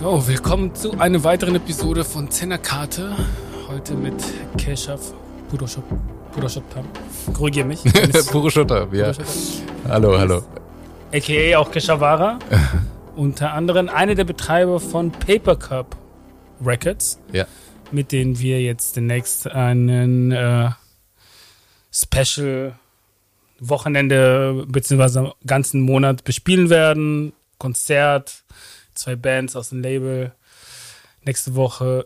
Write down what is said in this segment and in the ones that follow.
So, willkommen zu einer weiteren Episode von Zennerkarte. Heute mit Keshav Purushottam. Korrigier mich. Purushottam, ja. Hallo. A.k.a. auch Keshavara. Unter anderem einer der Betreiber von Paper Cup Records. Ja. Mit denen wir jetzt demnächst einen Special Wochenende bzw. ganzen Monat bespielen werden. Konzert, 2 Bands aus dem Label. Nächste Woche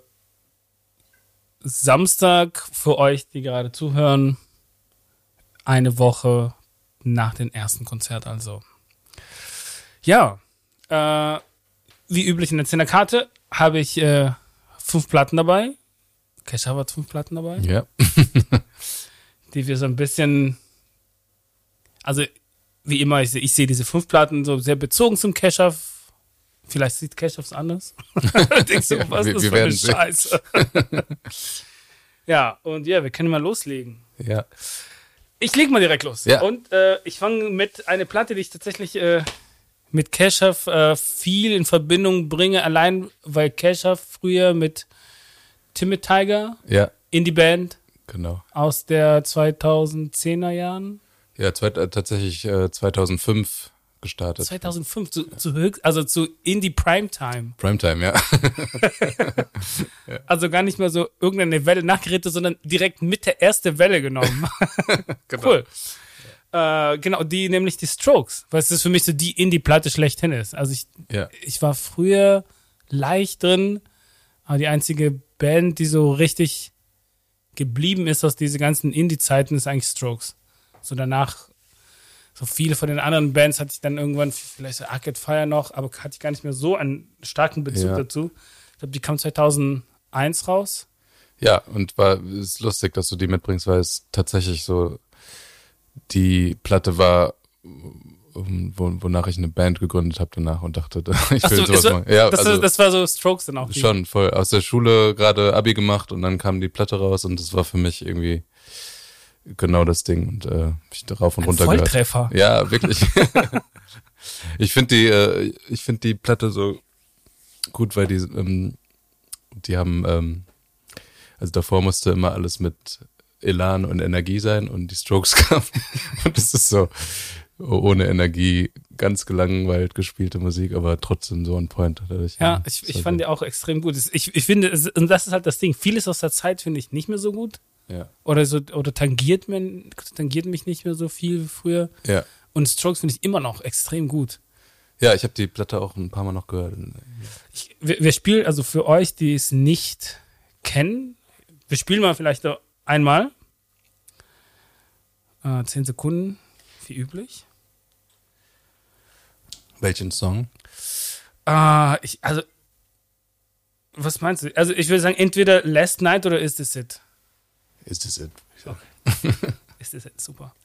Samstag für euch, die gerade zuhören. Eine Woche nach dem ersten Konzert also. Ja, wie üblich in der Zennerkarte habe ich 5 Platten dabei. Keshav hat 5 Platten dabei. Ja. Die wir so ein bisschen, also wie immer, ich sehe diese 5 Platten so sehr bezogen zum Keshav. Vielleicht sieht Keshav es anders. Denkst du, was ist das für eine Scheiße? Ja, und ja, wir können mal loslegen. Ja. Ich leg mal direkt los. Ja. Und ich fange mit einer Platte, die ich tatsächlich mit Keshav viel in Verbindung bringe, allein weil Keshav früher mit Timid Tiger, Ja. Indie-Band, Genau. aus der 2010er Jahren. Ja, tatsächlich 2005 gestartet. 2005, zu Indie Primetime. Primetime, ja. Also gar nicht mehr so irgendeine Welle nachgeredet, sondern direkt mit der ersten Welle genommen. Genau. Cool. Genau, nämlich die Strokes, weil es ist für mich so die Indie-Platte schlechthin ist. Also ich war früher leicht drin, aber die einzige Band, die so richtig geblieben ist aus diesen ganzen Indie-Zeiten, ist eigentlich Strokes. So danach, so viele von den anderen Bands hatte ich dann irgendwann, vielleicht so Arcade Fire noch, aber hatte ich gar nicht mehr so einen starken Bezug dazu. Ich glaube, die kam 2001 raus. Ja, und ist lustig, dass du die mitbringst, weil es tatsächlich so die Platte war, wonach ich eine Band gegründet habe danach und dachte, ich will sowas machen. Ja, das war so Strokes dann auch. Schon, voll. Aus der Schule gerade Abi gemacht und dann kam die Platte raus und das war für mich irgendwie genau das Ding und ich rauf und runter gehört. Volltreffer. Ja, wirklich. Ich finde die Platte so gut, weil die haben, also davor musste immer alles mit Elan und Energie sein und die Strokes kamen und es ist so ohne Energie ganz gelangweilt gespielte Musik, aber trotzdem so on point. Dadurch, ja, ich fand die auch extrem gut. Ich finde, und das ist halt das Ding, vieles aus der Zeit finde ich nicht mehr so gut. Ja. Oder tangiert mich nicht mehr so viel wie früher. Ja. Und Strokes finde ich immer noch extrem gut. Ja, ich habe die Platte auch ein paar Mal noch gehört. Wir spielen, also für euch, die es nicht kennen, wir spielen mal vielleicht einmal. 10 Sekunden, wie üblich. Welchen Song? Was meinst du? Also ich würde sagen, entweder Last Night oder Is This It? Is This It? Okay. Is This It, super.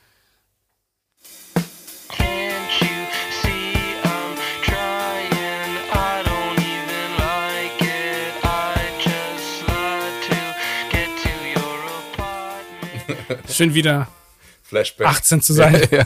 Schön wieder Flashback. 18 zu sein. Ja.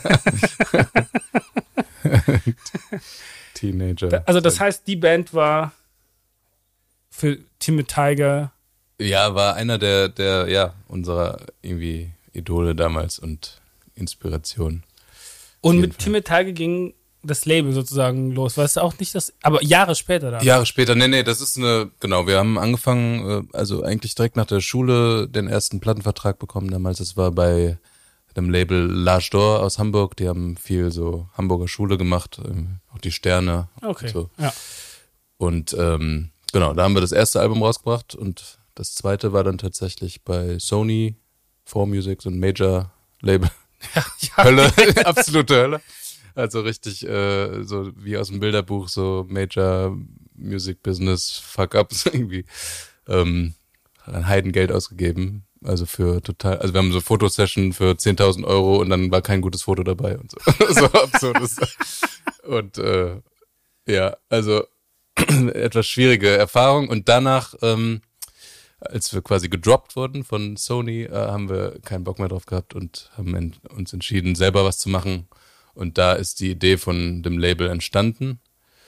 Teenager. Also das heißt, die Band war für Timid Tiger. Ja, war einer der unserer irgendwie Idole damals und Inspiration. Und mit Timid Tiger ging das Label sozusagen los. Weißt du auch nicht das, aber Jahre später dann. Jahre später, nee, das ist genau, wir haben angefangen, also eigentlich direkt nach der Schule den ersten Plattenvertrag bekommen damals. Das war bei dem Label L'Age d'Or aus Hamburg, die haben viel so Hamburger Schule gemacht, auch die Sterne. Okay, und so. Ja. Und genau, da haben wir das erste Album rausgebracht und das zweite war dann tatsächlich bei Sony, 4Music, so ein Major-Label. Ja. Hölle, absolute Hölle. Also richtig so wie aus dem Bilderbuch, so Major Music Business Fuck-Ups irgendwie. Ein Heidengeld ausgegeben. Also wir haben so Fotosession für 10.000 Euro und dann war kein gutes Foto dabei und so. So absurd ist das. Und ja, also etwas schwierige Erfahrung. Und danach, als wir quasi gedroppt wurden von Sony, haben wir keinen Bock mehr drauf gehabt und haben uns entschieden, selber was zu machen. Und da ist die Idee von dem Label entstanden.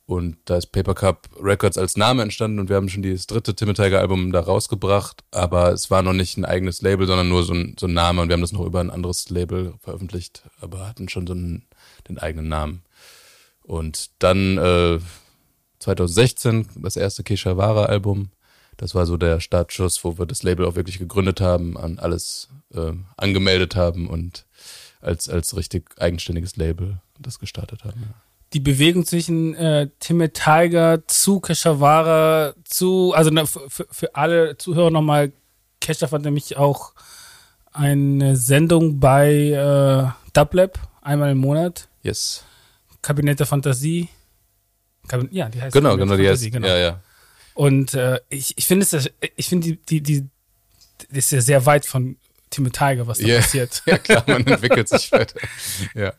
Und da ist Paper Cup Records als Name entstanden und wir haben schon das 3. Tim Tiger Album da rausgebracht, aber es war noch nicht ein eigenes Label, sondern nur so ein Name und wir haben das noch über ein anderes Label veröffentlicht, aber hatten schon den eigenen Namen. Und dann 2016 das erste Keshavara Album, das war so der Startschuss, wo wir das Label auch wirklich gegründet haben, an alles angemeldet haben und als richtig eigenständiges Label das gestartet haben. Ja. Die Bewegung zwischen Tim Tiger zu Keshavara zu, also für alle Zuhörer nochmal, Keshav hat nämlich auch eine Sendung bei Dublab, einmal im Monat. Yes. Kabinett der Fantasie. Ja, die heißt genau, Kabinett die der heißt, Fantasie, ja. Und ich finde die ist ja sehr weit von Tim Tiger, was da passiert. Ja, klar, man entwickelt sich weiter. Ja.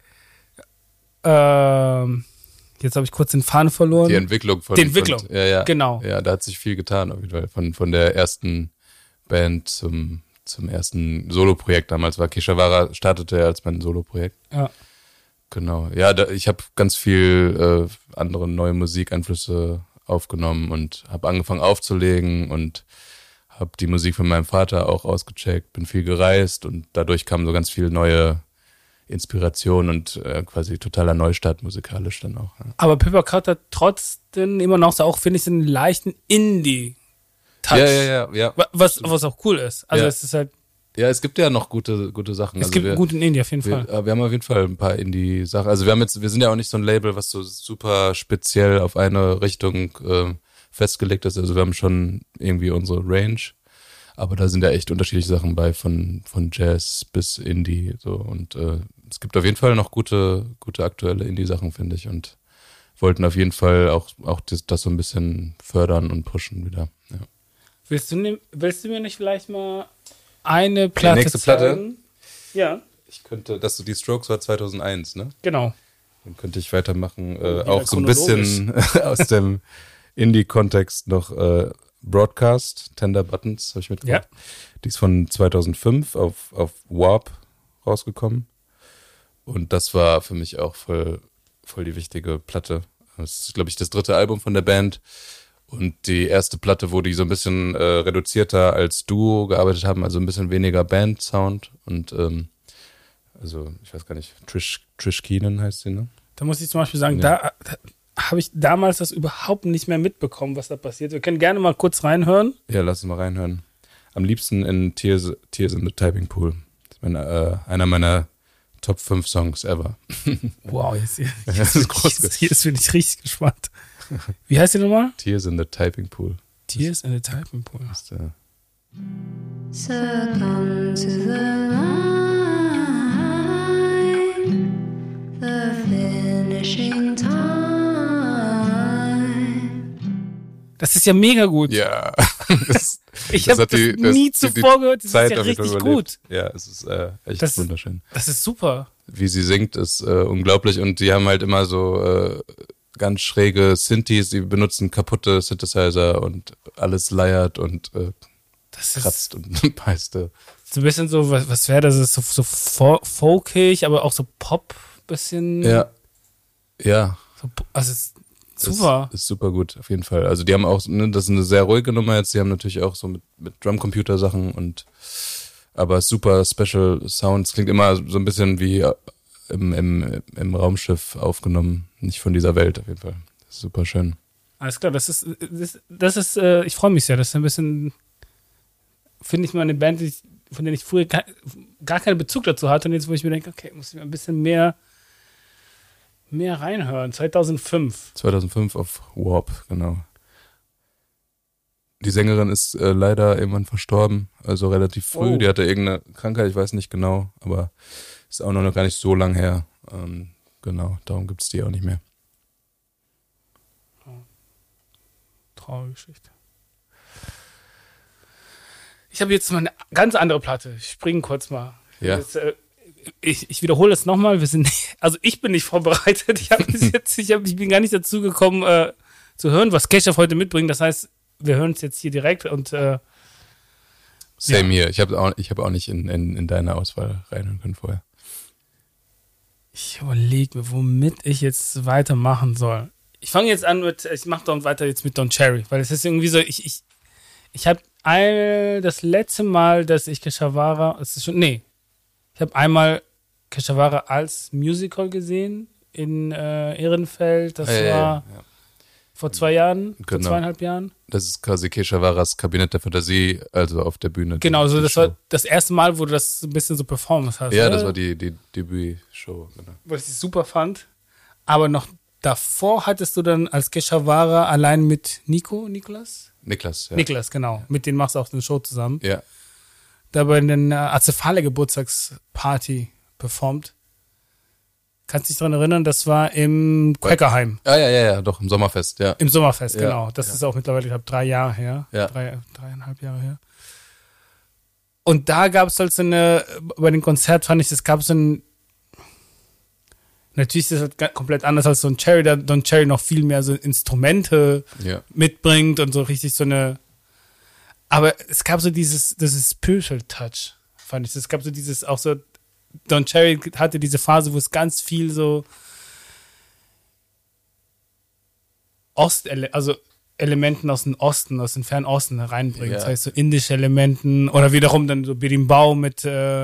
Jetzt habe ich kurz den Faden verloren. Die Entwicklung ja, genau. Ja, da hat sich viel getan auf jeden Fall. Von der ersten Band zum ersten Soloprojekt damals war Keshavara, startete er als mein Soloprojekt. Ja. Genau. Ja, ich habe ganz viel andere neue Musikeinflüsse aufgenommen und habe angefangen aufzulegen und habe die Musik von meinem Vater auch ausgecheckt, bin viel gereist und dadurch kam so ganz viel neue Inspiration und quasi totaler Neustart musikalisch dann auch. Ja. Aber Paper Cup hat trotzdem immer noch so auch, finde ich, einen leichten Indie-Touch. Ja. Was auch cool ist. Also es ist halt. Ja, es gibt ja noch gute Sachen. Es gibt gute in Indie auf jeden Fall. Wir haben auf jeden Fall ein paar Indie-Sachen. Also wir sind ja auch nicht so ein Label, was so super speziell auf eine Richtung festgelegt ist. Also wir haben schon irgendwie unsere Range. Aber da sind ja echt unterschiedliche Sachen bei, von Jazz bis Indie, so. Und es gibt auf jeden Fall noch gute aktuelle Indie-Sachen, finde ich. Und wollten auf jeden Fall auch das so ein bisschen fördern und pushen wieder. Ja. Willst du mir nicht vielleicht mal eine Platte die nächste zeigen? Platte? Ja. Ich könnte, die Strokes war 2001, ne? Genau. Dann könnte ich weitermachen. Auch so ein bisschen aus dem Indie-Kontext noch Broadcast, Tender Buttons, habe ich mitgebracht. Ja. Die ist von 2005 auf Warp rausgekommen. Und das war für mich auch voll die wichtige Platte. Das ist, glaube ich, das 3. Album von der Band. Und die erste Platte, wo die so ein bisschen reduzierter als Duo gearbeitet haben, also ein bisschen weniger Band-Sound. Und also, ich weiß gar nicht, Trish Keenan heißt sie, ne? Da muss ich zum Beispiel sagen, da habe ich damals das überhaupt nicht mehr mitbekommen, was da passiert. Wir können gerne mal kurz reinhören. Ja, lass uns mal reinhören. Am liebsten in Tears in the Typing Pool. Das ist einer meiner Top 5 Songs ever. Wow, jetzt bin ich richtig gespannt. Wie heißt die nochmal? Tears in the Typing Pool. Tears in the Typing Pool. Succumb to the line, the finishing time. Das ist ja mega gut. Ja. Ich habe das nie zuvor gehört. Das ist ja richtig gut. Ja, es ist echt wunderschön. Das ist super. Wie sie singt, ist unglaublich. Und die haben halt immer so ganz schräge Synthes. Die benutzen kaputte Synthesizer und alles leiert und kratzt und beißt. So ein bisschen so, was wäre das? So folkig, aber auch so Pop bisschen. Ja. So, also super. Ist super gut, auf jeden Fall. Also die haben auch, ne, das ist eine sehr ruhige Nummer jetzt, die haben natürlich auch so mit Drumcomputer-Sachen aber super Special Sounds, klingt immer so ein bisschen wie im Raumschiff aufgenommen, nicht von dieser Welt auf jeden Fall. Das ist super schön. Alles klar, das ist ich freue mich sehr, das ist ein bisschen, finde ich mal eine Band, von der ich früher gar keinen Bezug dazu hatte und jetzt, wo ich mir denke, okay, muss ich mal ein bisschen mehr reinhören. 2005 auf Warp, genau. Die Sängerin ist leider irgendwann verstorben, also relativ früh. Die hatte irgendeine Krankheit, ich weiß nicht genau, aber ist auch noch gar nicht so lang her. Genau, darum gibt es die auch nicht mehr. Traurige Geschichte. Ich habe jetzt mal eine ganz andere Platte. Ich springe kurz mal. Ja. Jetzt, ich wiederhole es nochmal. Ich bin nicht vorbereitet. Ich bin gar nicht dazu gekommen, zu hören, was Keshav heute mitbringt. Das heißt, wir hören es jetzt hier direkt und Same hier. Ich habe auch nicht in deine Auswahl reinhören können vorher. Ich überlege mir, womit ich jetzt weitermachen soll. Ich fange jetzt an ich mache dann weiter jetzt mit Don Cherry, weil es ist irgendwie so, ich habe das letzte Mal, dass ich Keshavara, ich habe einmal Keshavara als Musical gesehen in Ehrenfeld, das war vor 2 Jahren, vor 2,5 Jahren. Das ist quasi Keshavaras Kabinett der Fantasie, also auf der Bühne. Genau, so das war das erste Mal, wo du das ein bisschen so performt hast. Ja, oder? das war die Debütshow, genau. Was ich super fand. Aber noch davor hattest du dann als Keshavara allein mit Niklas, ja. Niklas, genau. Mit denen machst du auch eine Show zusammen. Ja. Da bei einer Acephale-Geburtstagsparty performt. Kannst dich daran erinnern, das war im Quäckerheim. Ja, doch, im Sommerfest, ja. Im Sommerfest, Ja, genau. Das ist auch mittlerweile, ich glaube, 3 Jahre her. Ja. 3,5 Jahre her. Und da gab es halt bei dem Konzert fand ich, es gab so ein, natürlich ist das halt komplett anders als Don Cherry, da Don Cherry noch viel mehr so Instrumente mitbringt und so richtig so eine, aber es gab so dieses Spiritual Touch, fand ich. Es gab so dieses, auch so, Don Cherry hatte diese Phase, wo es ganz viel so Elementen aus dem Osten, aus dem Fernen Osten reinbringt. Das heißt so indische Elementen oder wiederum dann so Berimbau mit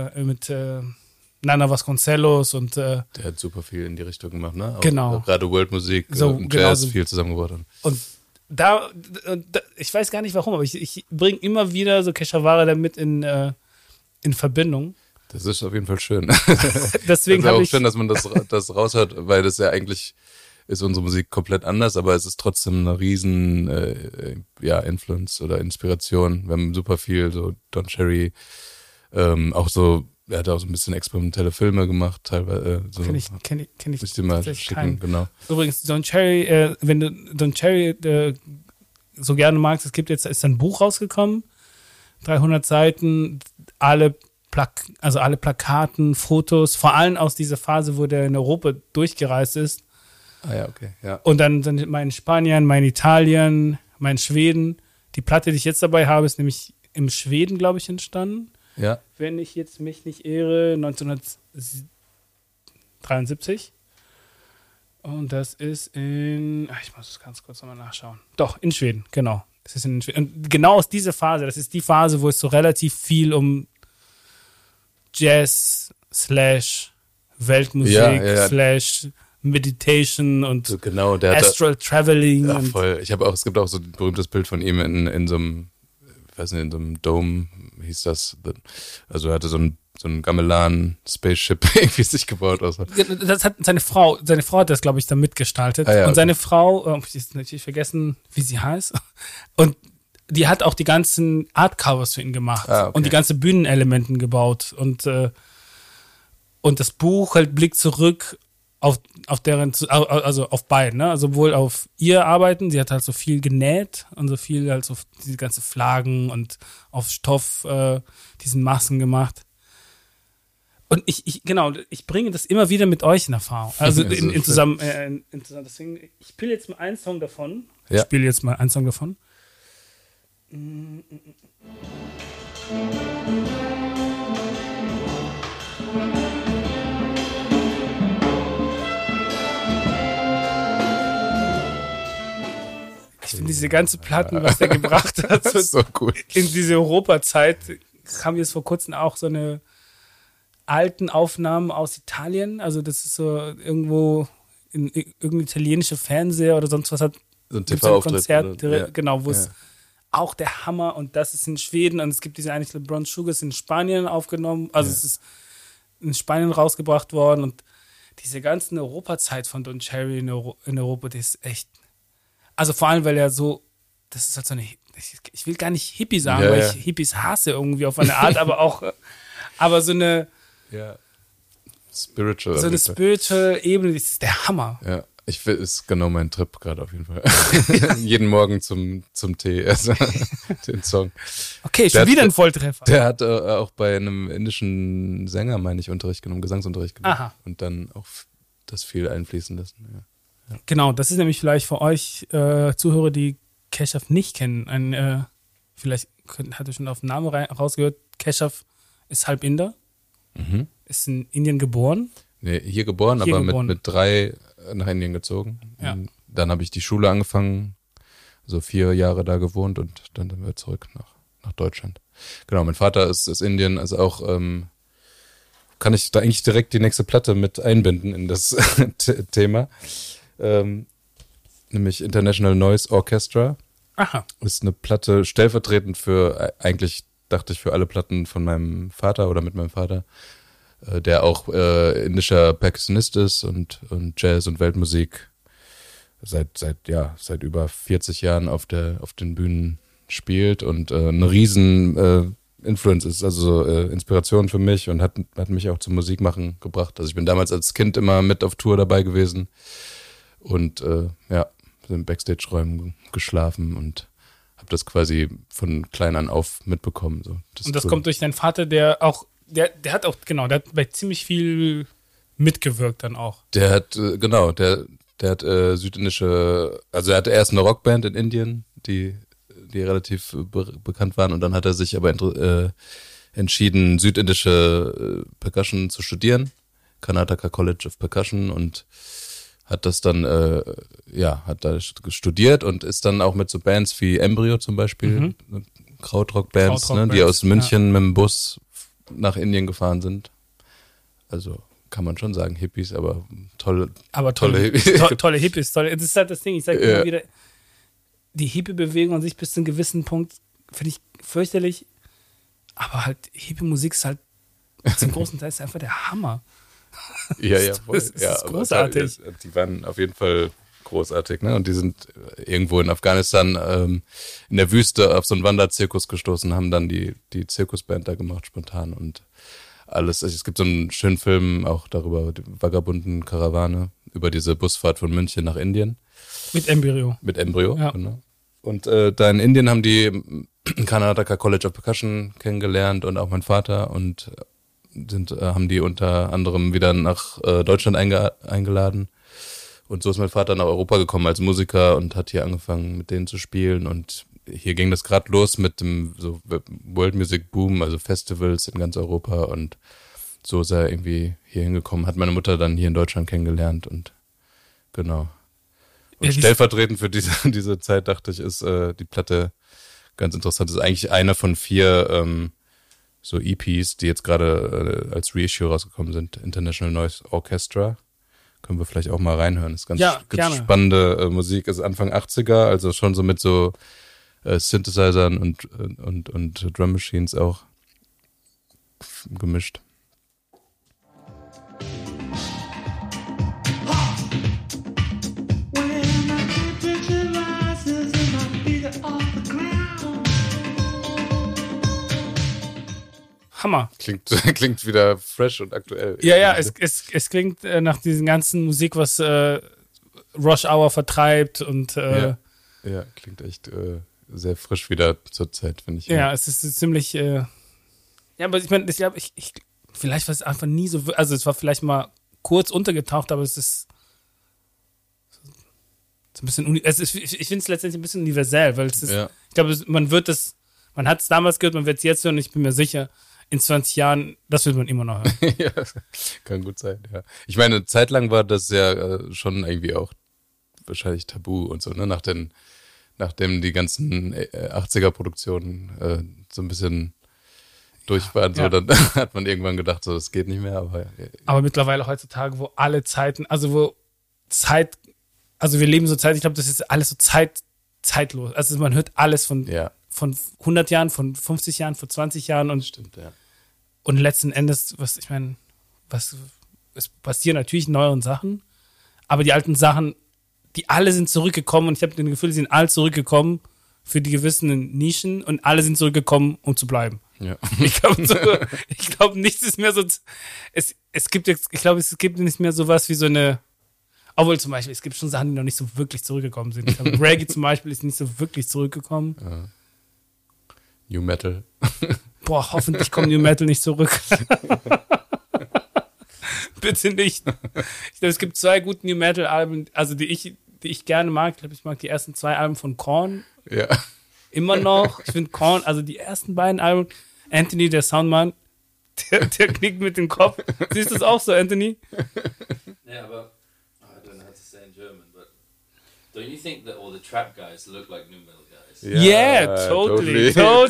Nana Vasconcelos und der hat super viel in die Richtung gemacht, ne? Auch genau. Gerade Worldmusik so, und genau, Jazz so. viel zusammengebracht hat. Und da, ich weiß gar nicht warum, aber ich bringe immer wieder so Keshavara damit in Verbindung. Das ist auf jeden Fall schön. Deswegen das ist habe auch schön, dass man das raushört, weil das ja eigentlich ist unsere Musik komplett anders, aber es ist trotzdem eine riesen Influence oder Inspiration. Wir haben super viel, so Don Cherry, auch so, er hat auch so ein bisschen experimentelle Filme gemacht, teilweise. So. Kenn ich Muss ich dir mal schicken, genau. Übrigens, Don Cherry, wenn du Don Cherry so gerne magst, ist ein Buch rausgekommen, 300 Seiten, alle Plakaten, Fotos, vor allem aus dieser Phase, wo der in Europa durchgereist ist. Ah ja, okay, ja. Und dann mal in Spanien, mal in Italien, mal in Schweden. Die Platte, die ich jetzt dabei habe, ist nämlich im Schweden, glaube ich, entstanden. Ja. Wenn ich jetzt mich nicht irre, 1973. Und das ist ich muss es ganz kurz nochmal nachschauen. Doch, in Schweden, genau. Das ist in Schweden. Und genau aus dieser Phase, das ist die Phase, wo es so relativ viel um Jazz / Weltmusik / Meditation und so genau, Astral Traveling. Ja, voll. Es gibt auch so ein berühmtes Bild von ihm in so einem, ich weiß nicht, in so einem Dome hieß das. Also er hatte so ein Gamelan-Spaceship irgendwie sich gebaut. Das hat seine Frau hat das, glaube ich, da mitgestaltet. Ja, und seine Frau, ich habe natürlich vergessen, wie sie heißt. Und die hat auch die ganzen Artcovers für ihn gemacht und die ganzen Bühnenelementen gebaut. Und das Buch halt blickt zurück auf deren, also auf beiden, ne? Also sowohl auf ihr Arbeiten, sie hat halt so viel genäht und so viel halt so diese ganze Flaggen und auf Stoff diesen Masken gemacht. Und ich bringe das immer wieder mit euch in Erfahrung. Also in zusammen, deswegen, ich spiele jetzt mal einen Song davon. Ich finde diese ganze Platten, was der gebracht hat, das ist so cool. In diese Europazeit, haben wir jetzt vor kurzem auch so eine alten Aufnahmen aus Italien. Also das ist so irgendwo in irgendein italienischer Fernseher oder sonst was hat. So ein TV-Auftritt. Genau, wo es auch der Hammer und das ist in Schweden und es gibt diese eigentlich Brown Sugars in Spanien aufgenommen. Also es ist in Spanien rausgebracht worden und diese ganzen Europazeit von Don Cherry in Europa, die ist echt. Also vor allem, weil er so, das ist halt so eine, ich will gar nicht Hippie sagen, weil ich Hippies hasse irgendwie auf eine Art, aber so eine Spiritual. So eine Spiritual Ebene, das ist der Hammer. Ja, ist genau mein Trip gerade auf jeden Fall. Jeden Morgen zum Tee, also den Song. Okay, schon wieder ein Volltreffer. Der hat auch bei einem indischen Sänger, meine ich, Gesangsunterricht genommen. Aha. Und dann auch das viel einfließen lassen, ja. Genau, das ist nämlich vielleicht für euch Zuhörer, die Keshav nicht kennen. Vielleicht hat ihr schon auf den Namen rausgehört. Keshav ist halb Inder, ist in Indien geboren. Nee, hier geboren, aber mit 3 nach Indien gezogen. Ja. dann habe ich die Schule angefangen, so 4 Jahre da gewohnt und dann sind wir zurück nach Deutschland. Genau, mein Vater ist Indien, also auch kann ich da eigentlich direkt die nächste Platte mit einbinden in das Thema. Nämlich International Noise Orchestra. Aha. Ist eine Platte stellvertretend für, eigentlich dachte ich für alle Platten von meinem Vater oder mit meinem Vater, der auch indischer Perkussionist ist und Jazz und Weltmusik seit über 40 Jahren auf den Bühnen spielt und eine riesen Influence ist, also Inspiration für mich und hat mich auch zum Musikmachen gebracht. Also ich bin damals als Kind immer mit auf Tour dabei gewesen und in Backstage-Räumen geschlafen und habe das quasi von klein an auf mitbekommen. So. Und das kommt durch deinen Vater, der hat bei ziemlich viel mitgewirkt dann auch. Der hat südindische, also er hatte erst eine Rockband in Indien, die relativ bekannt waren und dann hat er sich aber entschieden, südindische Percussion zu studieren, Karnataka College of Percussion und hat das dann, hat da studiert und ist dann auch mit so Bands wie Embryo zum Beispiel, Krautrock-Bands, die aus München mit dem Bus nach Indien gefahren sind. Also kann man schon sagen Hippies, aber tolle Hippies. Tolle Hippies, das ist halt das Ding, ich sage immer wieder, die Hippie-Bewegung an sich bis zu einem gewissen Punkt finde ich fürchterlich, aber halt Hippie-Musik ist halt zum großen Teil ist einfach der Hammer. Voll. Das ist großartig. Die waren auf jeden Fall großartig, ne? Und die sind irgendwo in Afghanistan in der Wüste auf so einen Wanderzirkus gestoßen, haben dann die Zirkusband da gemacht spontan und alles. Es gibt so einen schönen Film auch darüber, die Vagabunden Karawane, über diese Busfahrt von München nach Indien. Mit Embryo, ja. Genau. Und da in Indien haben die Karnataka College of Percussion kennengelernt und auch mein Vater und haben die unter anderem wieder nach Deutschland eingeladen. Und so ist mein Vater nach Europa gekommen als Musiker und hat hier angefangen mit denen zu spielen. Und hier ging das gerade los mit dem so World Music Boom, also Festivals in ganz Europa. Und so ist er irgendwie hier hingekommen, hat meine Mutter dann hier in Deutschland kennengelernt und genau. Und stellvertretend für diese Zeit, dachte ich, ist die Platte ganz interessant. Das ist eigentlich eine von 4 so EPs, die jetzt gerade als Reissue rausgekommen sind. International Noise Orchestra. Können wir vielleicht auch mal reinhören. Das ist ganz spannende Musik. Ist Anfang 80er, also schon so mit so Synthesizern und Drum Machines auch gemischt. Hammer. Klingt wieder fresh und aktuell. Ja, es klingt nach diesen ganzen Musik, was Rush Hour vertreibt und klingt echt sehr frisch wieder zur Zeit, finde ich. Ja, es ist ziemlich aber ich meine, ich glaube, vielleicht war es einfach nie so, also es war vielleicht mal kurz untergetaucht, aber es ist so ein bisschen, ich finde es letztendlich ein bisschen universell, weil es ist, ich glaube, man hat es damals gehört, man wird es jetzt hören und ich bin mir sicher, in 20 Jahren, das wird man immer noch hören. Ja, kann gut sein, ja. Ich meine, eine Zeit lang war das ja schon irgendwie auch wahrscheinlich tabu und so, ne? Nachdem die ganzen 80er-Produktionen so ein bisschen durch waren, so, dann hat man irgendwann gedacht, so, das geht nicht mehr, aber mittlerweile heutzutage, wo alle Zeiten, also wir leben so Zeit, ich glaube, das ist alles so zeitlos. Also man hört alles von 100 Jahren, von 50 Jahren, von 20 Jahren und stimmt, ja. Und letzten Endes, es passieren natürlich neue Sachen, aber die alten Sachen, die alle sind zurückgekommen und ich habe das Gefühl, die sind alle zurückgekommen für die gewissen Nischen und alle sind zurückgekommen, um zu bleiben. Ja. Ich glaube, nichts ist mehr so, es gibt nicht mehr sowas wie so eine, obwohl zum Beispiel, es gibt schon Sachen, die noch nicht so wirklich zurückgekommen sind. Ich glaube, Reggae zum Beispiel ist nicht so wirklich zurückgekommen. Ja. New Metal. Boah, hoffentlich kommt New Metal nicht zurück. Bitte nicht. Ich glaube, es gibt 2 gute New Metal Alben, also die ich gerne mag. Ich glaube, ich mag die ersten 2 Alben von Korn. Ja. Immer noch. Ich finde Korn, also die ersten beiden Alben, Anthony, der Soundmann, der knickt mit dem Kopf. Siehst du es auch so, Anthony? Ja, aber I don't know how to say in German, but Don't you think that all the trap guys look like new metal guys? Yeah, totally.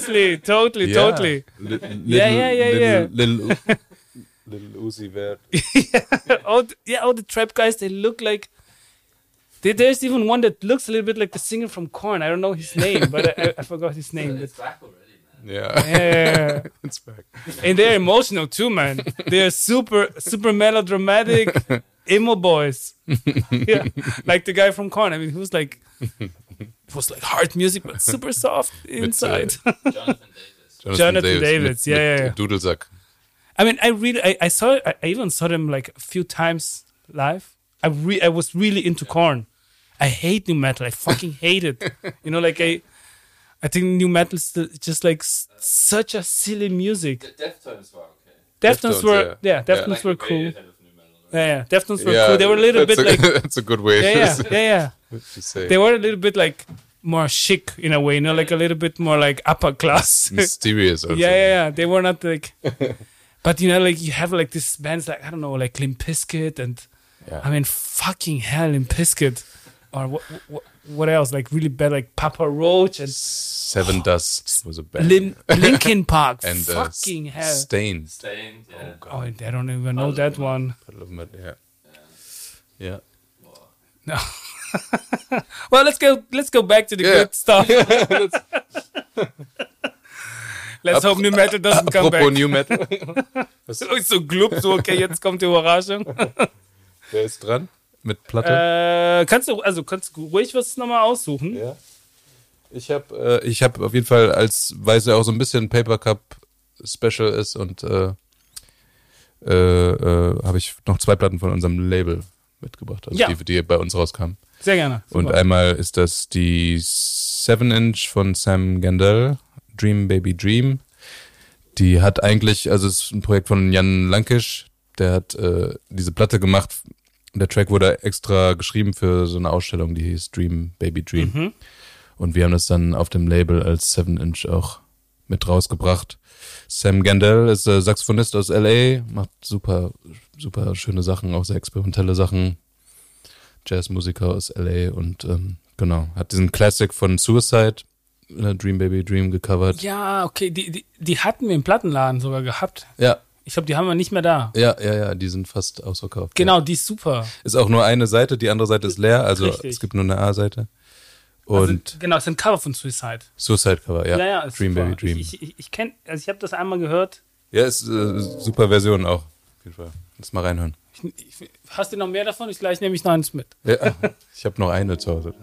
Little Uzi Vert. all the trap guys, they look like. There's even one that looks a little bit like the singer from Korn. I don't know his name, but I forgot his name. It's back already, man. Yeah. It's back. And they're emotional too, man. They're super melodramatic emo boys. Yeah, like the guy from Korn. I mean, he was like hard music, but super soft inside. Jonathan Davis. Yeah. Dudelsack. I mean, I even saw them like a few times live. I was really into Korn. I hate new metal. I fucking hate it. You know, like I think new metal is just like such a silly music. The Deftones were okay. Deftones were Like were the cool. Radiohead of new metal, right? Yeah, Deftones were cool. They were a little bit like That's a good way yeah. to say. They were a little bit like more chic in a way, you know, like a little bit more like upper class. Mysterious. Also. Yeah. They were not like, but you know, like you have like these bands like I don't know, like Limp Bizkit and I mean, fucking hell, Limp Bizkit. Or what else? Like really bad, like Papa Roach and Seven Dust was a band. Linkin Park. And fucking hell. Stained. Stained, yeah. Oh, I don't even know that one. Yeah. No. Well, let's go back to the good stuff. Let's hope New Metal doesn't come back. Apropos New Metal. So glub, so okay, jetzt kommt die Überraschung. Wer ist dran? Mit Platte? Kannst du ruhig was nochmal aussuchen? Ja. Ich hab auf jeden Fall, weil es ja auch so ein bisschen Paper Cup Special ist und habe ich noch 2 Platten von unserem Label mitgebracht, also die bei uns rauskamen. Sehr gerne. Super. Und einmal ist das die 7-Inch von Sam Gendel, Dream Baby Dream. Die hat eigentlich, also es ist ein Projekt von Jan Lankisch, der hat diese Platte gemacht. Der Track wurde extra geschrieben für so eine Ausstellung, die hieß Dream Baby Dream. Mhm. Und wir haben das dann auf dem Label als 7-Inch auch mit rausgebracht. Sam Gendel ist Saxophonist aus L.A., macht super, super schöne Sachen, auch sehr experimentelle Sachen. Jazzmusiker aus L.A. und genau, hat diesen Classic von Suicide, Dream Baby Dream, gecovert. Ja, okay, die hatten wir im Plattenladen sogar gehabt. Ja. Ich glaube, die haben wir nicht mehr da. Ja, die sind fast ausverkauft. Genau, ja. Die ist super. Ist auch nur eine Seite, die andere Seite ist leer, also Richtig. Es gibt nur eine A-Seite. Und Also, genau, es ist ein Cover von Suicide. Suicide Cover, ja. Ja, ist Dream super. Baby Dream. Ich habe das einmal gehört. Ja, ist super Version auch. Auf jeden Fall. Lass mal reinhören. Hast du noch mehr davon? Gleich nehme ich noch eins mit. Ja, ich habe noch eine zu Hause.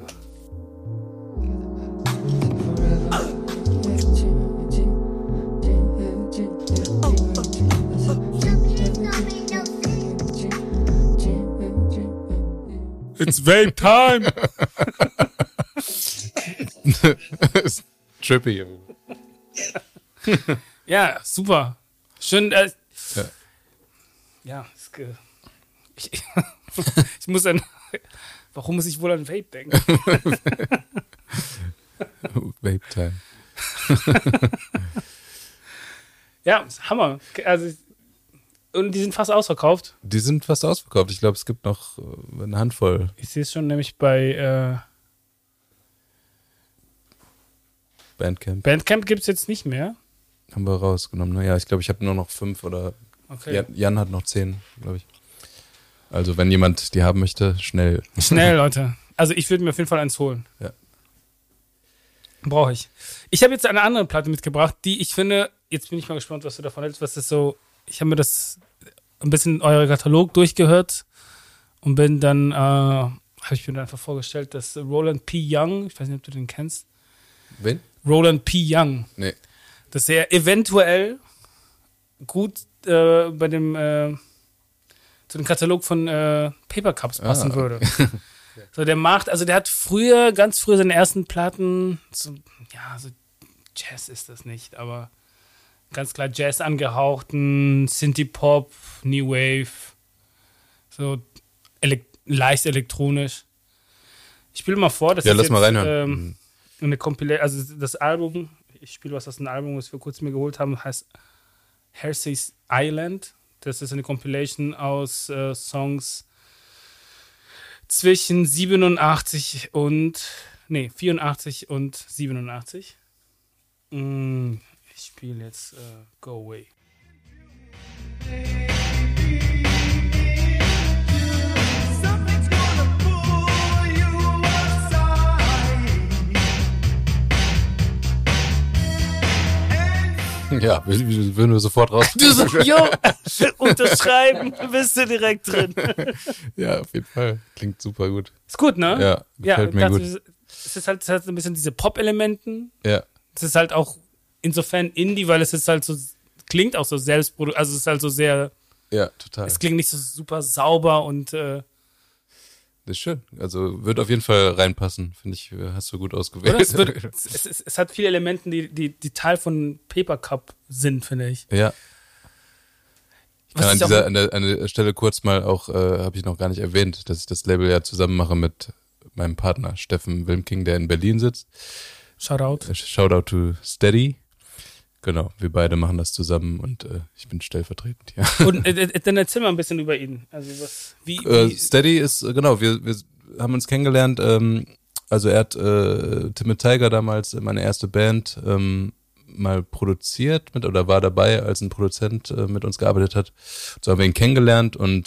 It's vape time! Trippy. Ja, super. Schön. Ich muss warum muss ich wohl an Vape denken? Vape Time. Ja, Hammer. Also, und die sind fast ausverkauft. Die sind fast ausverkauft. Ich glaube, es gibt noch eine Handvoll. Ich sehe es schon nämlich bei Bandcamp. Bandcamp gibt es jetzt nicht mehr. Haben wir rausgenommen. Naja, ich glaube, ich habe nur noch 5 oder Okay. Jan hat noch 10, glaube ich. Also, wenn jemand die haben möchte, schnell. Schnell, Leute. Also ich würde mir auf jeden Fall eins holen. Ja. Brauche ich. Ich habe jetzt eine andere Platte mitgebracht, die ich finde, jetzt bin ich mal gespannt, was du davon hältst, was das so, ich habe mir das ein bisschen euer Katalog durchgehört und bin dann, habe ich mir dann einfach vorgestellt, dass Roland P. Young, ich weiß nicht, ob du den kennst. Wen? Roland P. Young. Nee. Dass er eventuell gut bei dem zu dem Katalog von Paper Cups passen würde. So, der hat ganz früher seine ersten Platten, so Jazz ist das nicht, aber ganz klar Jazz angehauchten, Synthie-Pop, New Wave, so leicht elektronisch. Ich spiele mal vor, das ist lass jetzt mal reinhören. eine Compilation, also das Album, ich spiele was aus einem Album, das wir kurz mir geholt haben, heißt Hersey's Island. Das ist eine Compilation aus Songs zwischen 84 und 87. Ich spiele jetzt Go Away. Ja, würden wir sofort raus. Du so, jo, unterschreiben, bist du direkt drin. Ja, auf jeden Fall. Klingt super gut. Ist gut, ne? Ja, gefällt mir gut. Es ist halt ein bisschen diese Pop-Elementen. Ja. Es ist halt auch insofern Indie, weil es ist halt so, klingt auch so selbstproduziert, also es ist halt so sehr, Ja, total. es klingt nicht so super sauber und Das ist schön. Also wird auf jeden Fall reinpassen. Finde ich, hast du gut ausgewählt. oder? Es hat viele Elemente, die Teil von Paper Cup sind, finde ich. Ja. Ich Was kann ich auch- an der Stelle kurz mal auch, habe ich noch gar nicht erwähnt, dass ich das Label ja zusammen mache mit meinem Partner Steffen Wilmking, der in Berlin sitzt. Shoutout. Shoutout to Steady. Genau, wir beide machen das zusammen und ich bin stellvertretend hier. Und dann erzähl mal ein bisschen über ihn. Also wie Steady ist, genau, wir haben uns kennengelernt, also er hat Timid Tiger damals, meine erste Band, mal produziert oder war dabei, als ein Produzent mit uns gearbeitet hat. So haben wir ihn kennengelernt und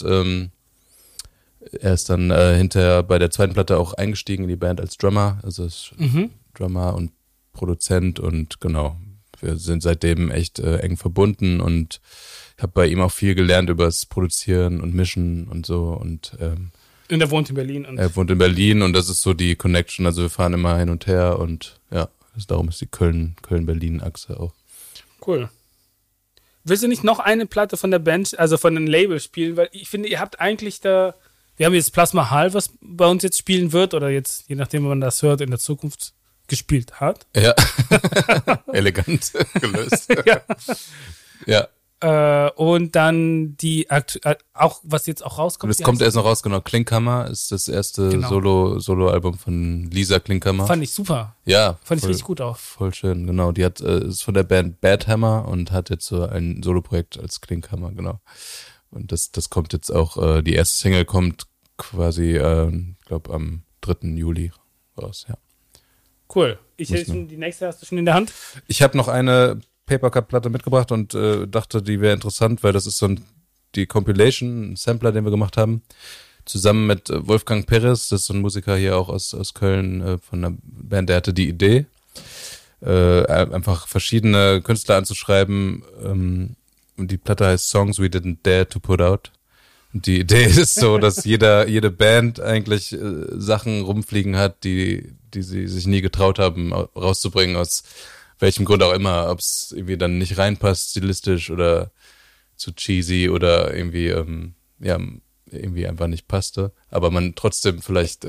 er ist dann hinterher bei der zweiten Platte auch eingestiegen in die Band als Drummer, also ist Drummer und Produzent und genau, wir sind seitdem echt eng verbunden und ich habe bei ihm auch viel gelernt über das Produzieren und Mischen und so und und er wohnt in Berlin. Und er wohnt in Berlin und das ist so die Connection, also wir fahren immer hin und her und ja, darum ist die Köln-Berlin-Achse auch. cool. Willst du nicht noch eine Platte von der Band, also von dem Label spielen? Weil ich finde, ihr habt eigentlich wir haben jetzt Plasma Hall, was bei uns jetzt spielen wird oder jetzt, je nachdem, wann man das hört, in der Zukunft gespielt hat. Ja, elegant gelöst. Ja. Ja, Und dann auch, was jetzt auch rauskommt. das wie kommt heißt erst noch raus, genau. Klinkhammer ist das erste Genau. Solo-Album von Lisa Klinkhammer. Fand ich super. Ja, Fand ich voll, richtig gut auch. voll schön, genau. Die ist von der Band Bad Hammer und hat jetzt so ein Soloprojekt als Klinkhammer, genau. Und das kommt jetzt auch, die erste Single kommt quasi, ich glaube, am 3. Juli raus, ja. Cool. Die nächste hast du schon in der Hand? Ich habe noch eine Paper Cup Platte mitgebracht und dachte, die wäre interessant, weil das ist so die Compilation, ein Sampler, den wir gemacht haben, zusammen mit Wolfgang Perez, das ist so ein Musiker hier auch aus Köln von einer Band, der hatte die Idee, einfach verschiedene Künstler anzuschreiben. Und die Platte heißt Songs We Didn't Dare to Put Out. Und die Idee ist so, dass jede Band eigentlich Sachen rumfliegen hat, die sie sich nie getraut haben rauszubringen, aus welchem Grund auch immer, ob es irgendwie dann nicht reinpasst stilistisch oder zu cheesy oder irgendwie irgendwie einfach nicht passte, aber man trotzdem vielleicht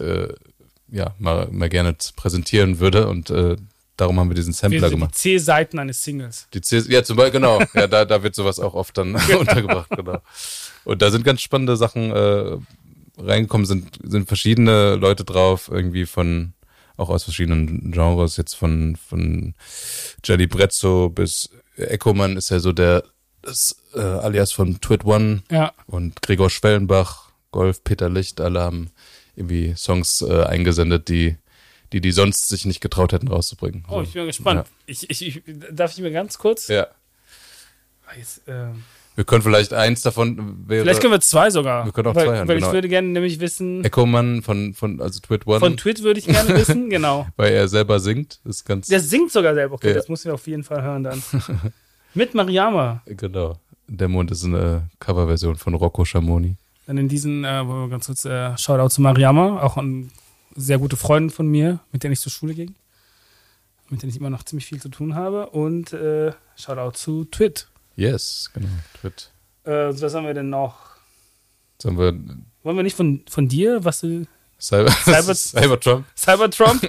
mal gerne präsentieren würde und darum haben wir diesen Sampler gemacht. Die C-Seiten eines Singles. Ja, zum Beispiel, genau. Ja, da wird sowas auch oft dann untergebracht, genau. Und da sind ganz spannende Sachen reingekommen, sind verschiedene Leute drauf, irgendwie auch aus verschiedenen Genres, jetzt von Jelly Brezzo bis Eckomann ist ja so das Alias von Twit One Ja. und Gregor Schwellenbach, Golf, Peter Licht, alle haben irgendwie Songs eingesendet, die sonst sich nicht getraut hätten rauszubringen. Oh, ich bin gespannt. Darf ich mir ganz kurz? Ja. Jetzt, Wir können vielleicht eins davon vielleicht können wir zwei sogar. Wir können auch weil, zwei hören, weil genau. ich würde gerne nämlich wissen, Eckomann also Twit One, von Twit würde ich gerne wissen, genau. weil er selber singt, ist ganz Der singt sogar selber. Okay, Ja. das muss ich auf jeden Fall hören dann. Mit Mariama. genau. Der Mond ist eine Coverversion von Rocco Schamoni. Dann in diesen, wollen wir ganz kurz Shoutout zu Mariama, auch eine sehr gute Freundin von mir, mit der ich zur Schule ging, mit der ich immer noch ziemlich viel zu tun habe. Und Shoutout zu Twit. Yes, genau. Twit. Was haben wir denn noch? Jetzt haben wir Wollen wir nicht von dir, was du. Cybertrump. Cybertrump?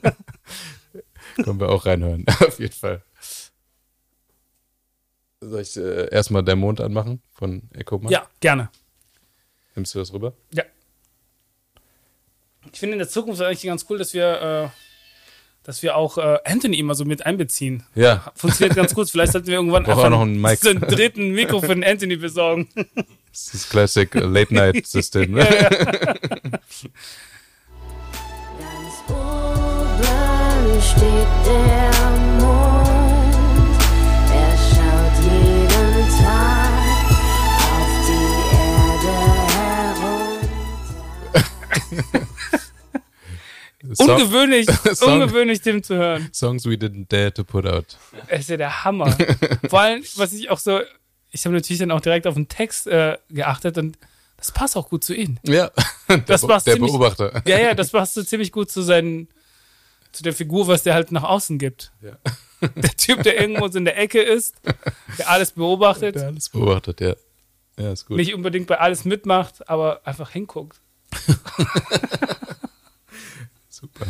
Können wir auch reinhören, auf jeden Fall. Soll ich erstmal Der Mond anmachen von Eckomann? Ja, gerne. Nimmst du das rüber? Ja. Ich finde in der Zukunft eigentlich ganz cool, dass wir dass wir auch Anthony immer so mit einbeziehen. Ja. Funktioniert ganz gut. Vielleicht sollten wir irgendwann Brauch auch noch einen Mic. so einen dritten Mikro für den Anthony besorgen. Das ist das Classic Late-Night-System. Ja, ja. Ganz oben steht der Mond. Er schaut jeden Tag auf die Erde herunter. Ungewöhnlich, dem zu hören. Songs we didn't dare to put out. Er ist ja der Hammer. Vor allem, was ich auch so, ich habe natürlich dann auch direkt auf den Text geachtet und das passt auch gut zu ihm. Ja, Das passt der ziemlich- Beobachter. Ja, das passt so ziemlich gut zu der Figur, was der halt nach außen gibt. Ja. Der Typ, der irgendwo so in der Ecke ist, der alles beobachtet, Der alles beobachtet, ja. Ja, ist gut. nicht unbedingt bei alles mitmacht, aber einfach hinguckt. Super.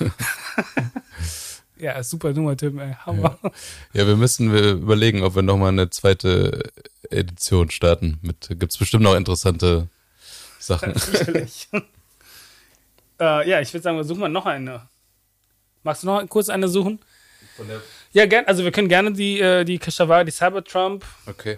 Ja, super dummer Typ, ey. Hammer. Ja, wir überlegen, ob wir nochmal eine zweite Edition starten. Gibt's bestimmt noch interessante Sachen. Sicherlich. Ja, ich würde sagen, wir suchen mal noch eine. Magst du noch kurz eine suchen? Ja, gern. Also wir können gerne die Kashavar, die Cybertrump. Okay.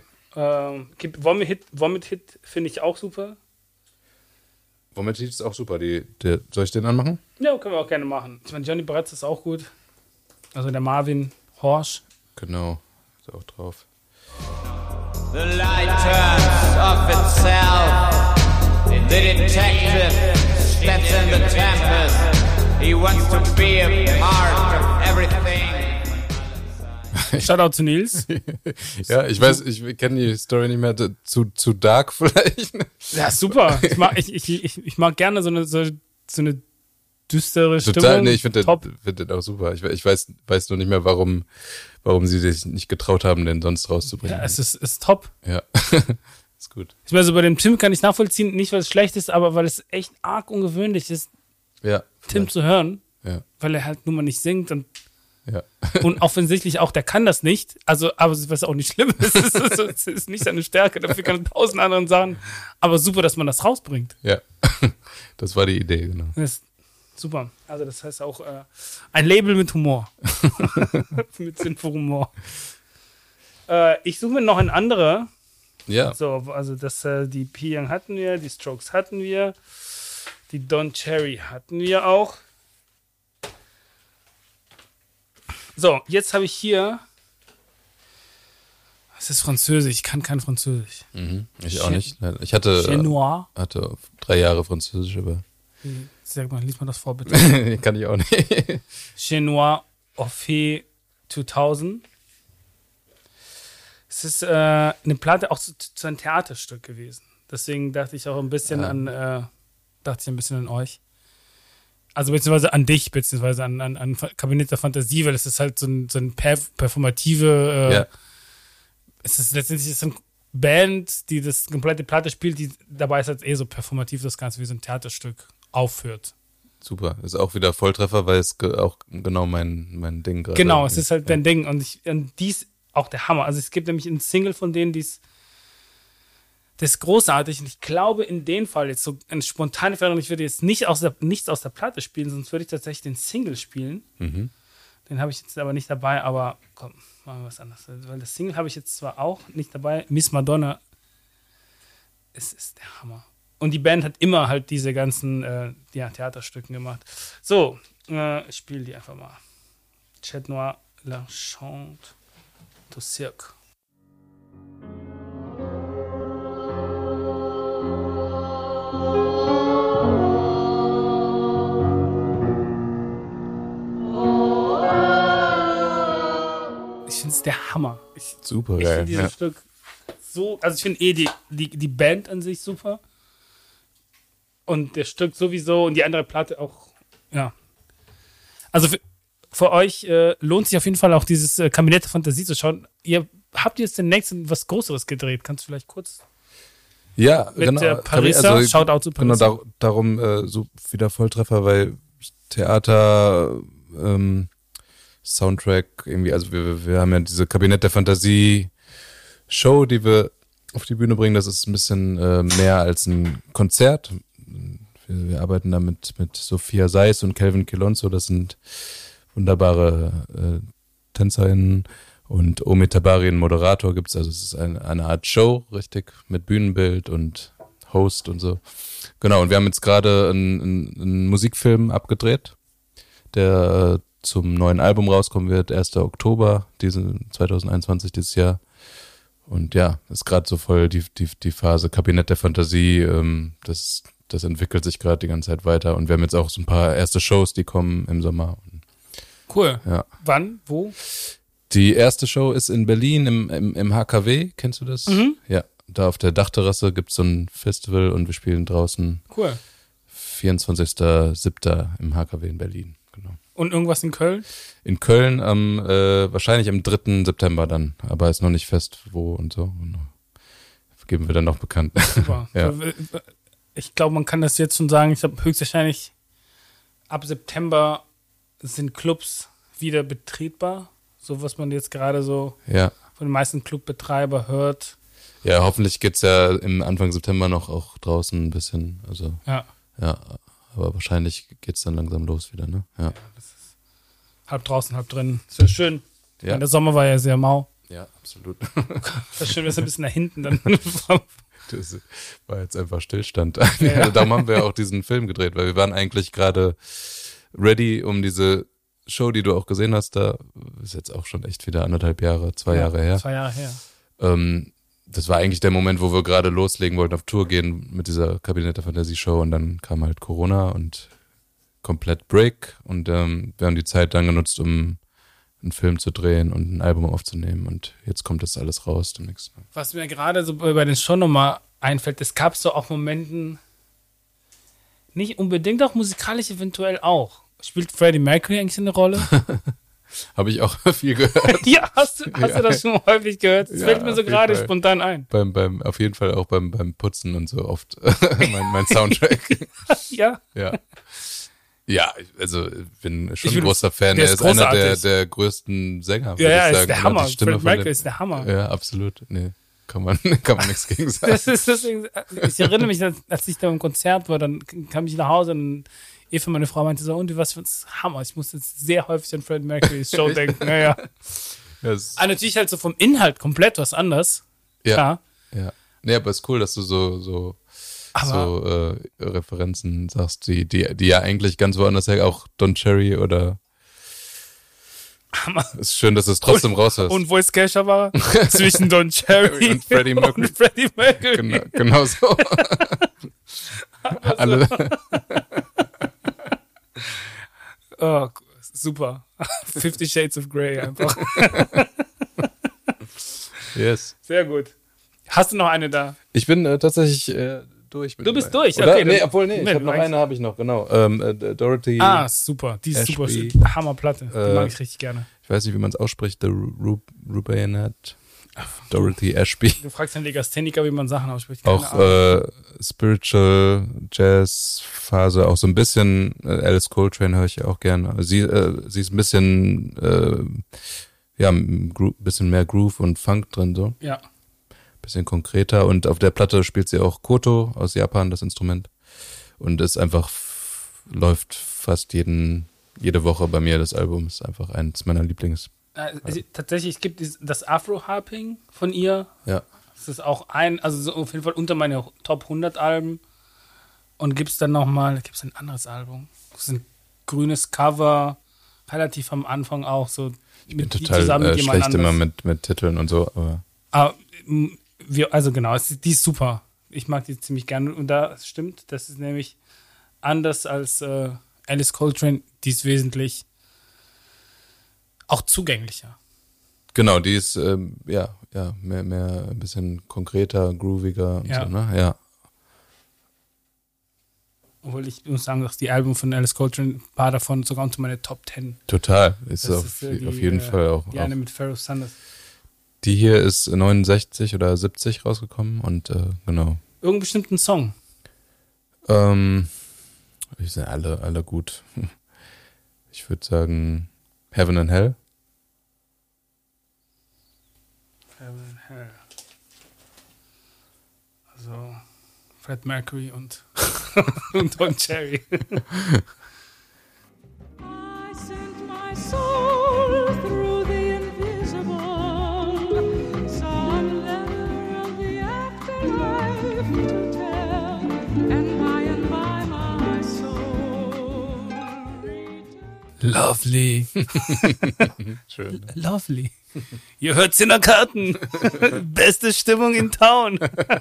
Vomit Hit finde ich auch super. Womit ist auch super. Soll ich den anmachen? Ja, können wir auch gerne machen. Ich meine, Johnny Bretz ist auch gut. Also der Marvin Horsch. Genau. Ist auch drauf. The light turns off itself. The detective steps in the tempest. He wants to be a part of everything. Shoutout zu Nils. Ja, ich weiß, ich kenne die Story nicht mehr. Zu dark vielleicht. Ja, super. Ich mag gerne so eine düstere Stimmung. Total, nee, ich finde Top. den auch super. Ich weiß nur nicht mehr, warum sie sich nicht getraut haben, den sonst rauszubringen. Ja, es ist top. Ja. Ist gut. Ich meine, so bei dem Tim kann ich nachvollziehen, nicht weil es schlecht ist, aber weil es echt arg ungewöhnlich ist, Ja. Tim zu hören, Ja. weil er halt nun mal nicht singt und Ja. offensichtlich auch, der kann das nicht. Also, aber was auch nicht schlimm ist, es ist nicht seine Stärke. Dafür kann er 1000 anderen Sachen. Aber super, dass man das rausbringt. Ja. Das war die Idee, genau. Das ist super. Also, das heißt auch ein Label mit Humor. Mit Sinn für Humor. Ich suche mir noch ein anderer. Ja. So, also die P-Young hatten wir, die Strokes hatten wir, die Don Cherry hatten wir auch. So, jetzt habe ich hier. Es ist Französisch, ich kann kein Französisch. Mhm. Ich auch nicht. Ich hatte Chinois. 3 Jahre Französisch, aber Sag mal, lies mal das vor, bitte. kann ich auch nicht. Chinois Orphée 2000. Es ist eine Platte auch zu einem Theaterstück gewesen. Deswegen dachte ich auch ein bisschen an euch. Also beziehungsweise an dich, beziehungsweise an Kabinett der Fantasie, weil es ist halt so ein performative, es ist letztendlich eine Band, die das komplette Platte spielt, dabei ist halt so performativ das Ganze wie so ein Theaterstück aufführt. Super. Ist auch wieder Volltreffer, weil es auch genau mein Ding gerade. Genau, es ist halt dein Ding und dies auch der Hammer. Also es gibt nämlich einen Single von denen, das ist großartig und ich glaube in dem Fall jetzt so eine spontane Veränderung, ich würde jetzt nichts aus der Platte spielen, sonst würde ich tatsächlich den Single spielen. Mhm. Den habe ich jetzt aber nicht dabei, aber komm, machen wir was anderes. Weil das Single habe ich jetzt zwar auch nicht dabei, Miss Madonna, es ist der Hammer. Und die Band hat immer halt diese ganzen Theaterstücken gemacht. So, ich spiele die einfach mal. Chat Noir, La Chante du Cirque. Ich finde es der Hammer. Super Ich geil. finde dieses Stück so, also ich finde die Band an sich super. Und das Stück sowieso und die andere Platte auch, ja. Also für euch lohnt sich auf jeden Fall auch dieses Kabinett der Fantasie zu schauen. Habt ihr jetzt demnächst was Größeres gedreht? Kannst du vielleicht kurz Ja, mit genau. der Pariser, Shoutout zu Pariser. Genau, darum so wieder Volltreffer, weil Theater, Soundtrack, irgendwie, also wir haben ja diese Kabinett der Fantasie Show, die wir auf die Bühne bringen. Das ist ein bisschen mehr als ein Konzert. Wir arbeiten da mit Sophia Seiss und Calvin Kilonzo. Das sind wunderbare TänzerInnen und Omid Tabari, einen Moderator gibt's. Also es ist eine Art Show, richtig, mit Bühnenbild und Host und so. Genau, und wir haben jetzt gerade einen Musikfilm abgedreht, der zum neuen Album rauskommen wird, 1. Oktober 2021 dieses Jahr. Und ja, ist gerade so voll die Phase Kabinett der Fantasie. Das entwickelt sich gerade die ganze Zeit weiter. Und wir haben jetzt auch so ein paar erste Shows, die kommen im Sommer. Cool. Ja. Wann? Wo? Die erste Show ist in Berlin im HKW. Kennst du das? Mhm. Ja, da auf der Dachterrasse gibt's so ein Festival und wir spielen draußen. Cool. 24.07. im HKW in Berlin. Genau. Und irgendwas in Köln? In Köln wahrscheinlich am 3. September dann, aber ist noch nicht fest, wo und so. Und geben wir dann noch bekannt. Super. Ja. Ich glaube, man kann das jetzt schon sagen. Ich glaube, höchstwahrscheinlich ab September sind Clubs wieder betretbar. So, was man jetzt gerade so Ja. von den meisten Clubbetreiber hört. Ja, hoffentlich geht's ja im Anfang September noch auch draußen ein bisschen. Also, Ja. ja, aber wahrscheinlich geht's dann langsam los wieder, ne? Ja. Halb draußen, halb drin. Ist ja schön. Ich meine, der Sommer war ja sehr mau. Ja, absolut. Das ist schön, dass er ein bisschen nach hinten dann. Das war jetzt einfach Stillstand. Darum haben wir auch diesen Film gedreht, weil wir waren eigentlich gerade ready, um diese Show, die du auch gesehen hast, da ist jetzt auch schon echt wieder 2 Jahre her. 2 Jahre her. Das war eigentlich der Moment, wo wir gerade loslegen wollten, auf Tour gehen mit dieser Kabinett der Fantasie-Show und dann kam halt Corona und komplett Break und wir haben die Zeit dann genutzt, um einen Film zu drehen und ein Album aufzunehmen und jetzt kommt das alles raus demnächst. Was mir gerade so bei den Show nochmal einfällt, es gab so auch Momenten, nicht unbedingt auch musikalisch, eventuell auch. Spielt Freddie Mercury eigentlich eine Rolle? Habe ich auch viel gehört. Ja, hast du das schon häufig gehört? Das fällt mir so gerade spontan ein. Auf jeden Fall auch beim Putzen und so oft mein Soundtrack. Ja. Ja. Ja, also ich bin schon ein großer Fan. Der Er ist ist einer großartig. der größten Sänger, Ja, würde ich ist sagen. der Hammer. Die Stimme Freddie von Mercury dem- ist der Hammer. Ja, absolut. Nee, kann man nichts gegen sagen. Das ist deswegen, ich erinnere mich, als ich da im Konzert war, dann kam ich nach Hause und Eva, meine Frau, meinte so, und was für ein Hammer. Ich muss jetzt sehr häufig an Freddie Mercury's Show denken. Ja. Ja, es- Natürlich halt so vom Inhalt komplett was anders. ja, Klar. ja. Nee, aber ist cool, dass du so Referenzen sagst, die ja eigentlich ganz woanders her, auch Don Cherry oder Hammer. ist schön, dass du es trotzdem raushörst. Und wo ist Kesha war? Zwischen Don Cherry Und Freddie Mercury. und Freddie Mercury. Genau so. Alle. Oh, super. 50 Shades of Grey einfach. Yes. Sehr gut. Hast du noch eine da? Ich bin tatsächlich durch. Du bist durch, Oder? okay. Nee, dann- obwohl, ich Nee, habe noch du eine, habe ich noch, genau. Dorothy, Super. Die ist Ashby. super. Hammerplatte. Die mag ich richtig gerne. ich weiß nicht, wie man es ausspricht, The Rubaiyat, Dorothy Ashby. Du fragst einen Legastheniker, wie man Sachen ausspricht. Keine Auch Ahnung. Spiritual Jazz Phase, auch so ein bisschen Alice Coltrane höre ich auch gerne. Sie ist ein bisschen bisschen mehr Groove und Funk drin so. Ja. Bisschen konkreter und auf der Platte spielt sie auch Koto aus Japan, das Instrument. Und ist einfach, läuft fast jede Woche bei mir, das Album ist einfach eins meiner Lieblings. Tatsächlich gibt es das Afro-Harping von ihr. Ja. Das ist auch also so auf jeden Fall unter meine Top 100 Alben. Und gibt's dann nochmal, gibt's ein anderes Album. Das ist ein grünes Cover, relativ am Anfang auch so. Ich bin total schlecht immer mit Titeln und so, aber Aber genau, die ist super. Ich mag die ziemlich gerne. Und da stimmt, das ist nämlich anders als Alice Coltrane, die ist wesentlich auch zugänglicher. genau, die ist mehr ein bisschen konkreter, grooviger und Ja. so, ne? Ja. Obwohl ich muss sagen, dass die Alben von Alice Coltrane, ein paar davon sogar unter meine Top 10. Total. Ist Das auf ist, auf jeden Fall auch. Die eine mit Pharoah Sanders. Die hier ist 69 oder 70 rausgekommen und genau. Irgendeinen bestimmten Song. Die sind alle gut. Ich würde sagen Heaven and Hell. Heaven and Hell. Also Fred Mercury und Don Cherry. I sent my soul through the invisible. Some letter of the afterlife to tell, and by my soul returns. Lovely. Schön. Lovely. Ihr hört's in der Karten. Beste Stimmung in Town.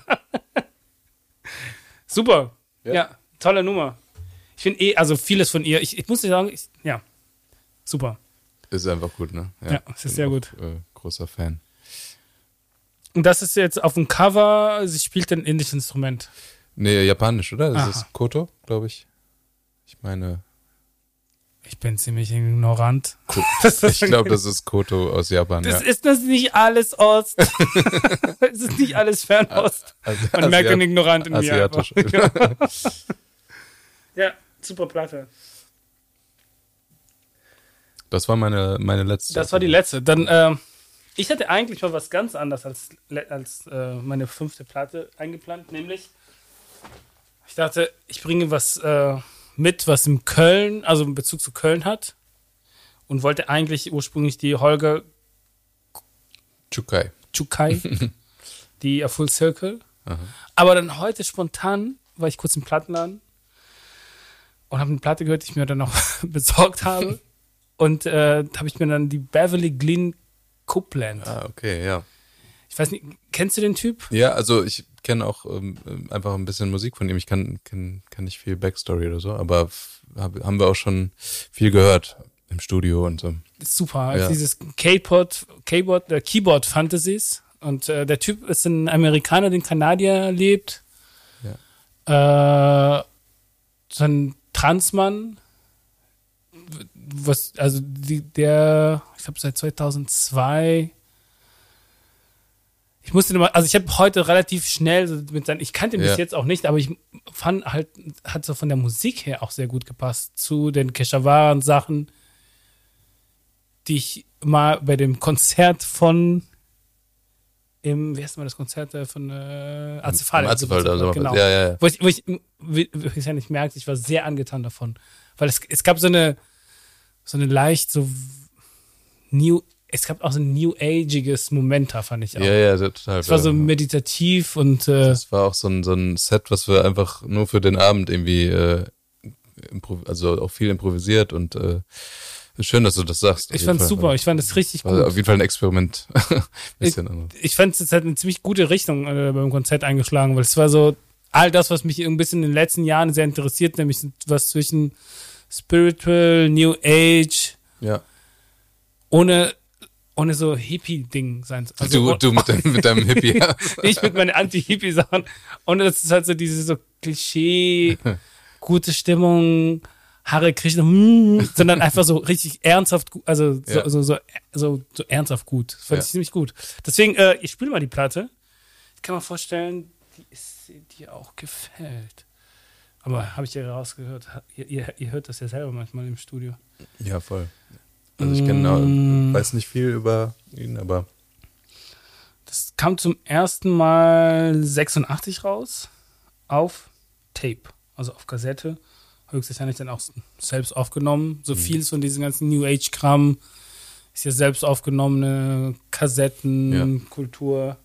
Super. Ja, tolle Nummer. Ich finde also vieles von ihr, ich muss dir sagen, ja, super. Ist einfach gut, ne? Ja, es ist sehr gut. Großer Fan. Und das ist jetzt auf dem Cover, sie spielt ein indisches Instrument. Nee, japanisch, oder? Das Aha. ist Koto, glaube ich. Ich meine... Ich bin ziemlich ignorant. Ich glaube, das ist Koto aus Japan. Das ist das nicht alles Ost. Es ist nicht alles Fernost. Man merkt den Ignorant in mir. Asiatisch. Ja, super Platte. Das war meine letzte. Das war die letzte. Dann, ich hatte eigentlich mal was ganz anderes als meine 5. Platte eingeplant, nämlich ich dachte, ich bringe was mit, was in Köln, also in Bezug zu Köln hat, und wollte eigentlich ursprünglich die Holger Chukai. die A Full Circle. Aha. Aber dann heute spontan war ich kurz im Plattenladen und habe eine Platte gehört, die ich mir dann noch besorgt habe. Und habe ich mir dann die Beverly Glenn Copeland. Ah, okay, ja. Ich weiß nicht, kennst du den Typ? Ja, also ich kenne auch einfach ein bisschen Musik von ihm. Ich kann nicht viel Backstory oder so, aber haben wir auch schon viel gehört im Studio und so. Super, Ja. dieses Keyboard Fantasies. Und der Typ ist ein Amerikaner, der in Kanada lebt. Ja. So ein Transmann. Ich glaube seit 2002. Ich musste nochmal, also ich habe heute relativ schnell ich kannte ihn bis jetzt auch nicht, aber ich fand halt, hat so von der Musik her auch sehr gut gepasst zu den Keshawaran-Sachen, die ich mal bei dem Konzert von wie heißt mal das Konzert von Azefal? Genau. Ja. Wo ich ja nicht merkte, ich war sehr angetan davon. Weil es gab so eine leicht so es gab auch so ein New-Agiges Moment da, fand ich auch. Ja, total. Es war so meditativ und das war auch so ein Set, was wir einfach nur für den Abend irgendwie also auch viel improvisiert und schön, dass du das sagst. Ich fand es super, ich fand es richtig gut. Also auf jeden Fall ein Experiment. Ich fand es halt eine ziemlich gute Richtung beim Konzert eingeschlagen, weil es war so all das, was mich ein bisschen in den letzten Jahren sehr interessiert, nämlich was zwischen Spiritual, New Age, ohne so Hippie-Ding sein. Also, du mit deinem Hippie. Ich mit meinen Anti-Hippie-Sachen. Und das ist halt so diese so Klischee, gute Stimmung, Hare Krishna, sondern einfach so richtig ernsthaft, also so ernsthaft gut. Das fand ich ziemlich gut. Deswegen, ich spiele mal die Platte. Ich kann mir vorstellen, die dir auch gefällt. Aber habe ich ja rausgehört, ihr hört das ja selber manchmal im Studio. Ja, voll. Also ich weiß nicht viel über ihn, aber... Das kam zum ersten Mal 86 raus auf Tape, also auf Kassette. Höchstwahrscheinlich dann auch selbst aufgenommen. So vieles von diesem ganzen New Age-Kram ist ja selbst aufgenommene Kassettenkultur.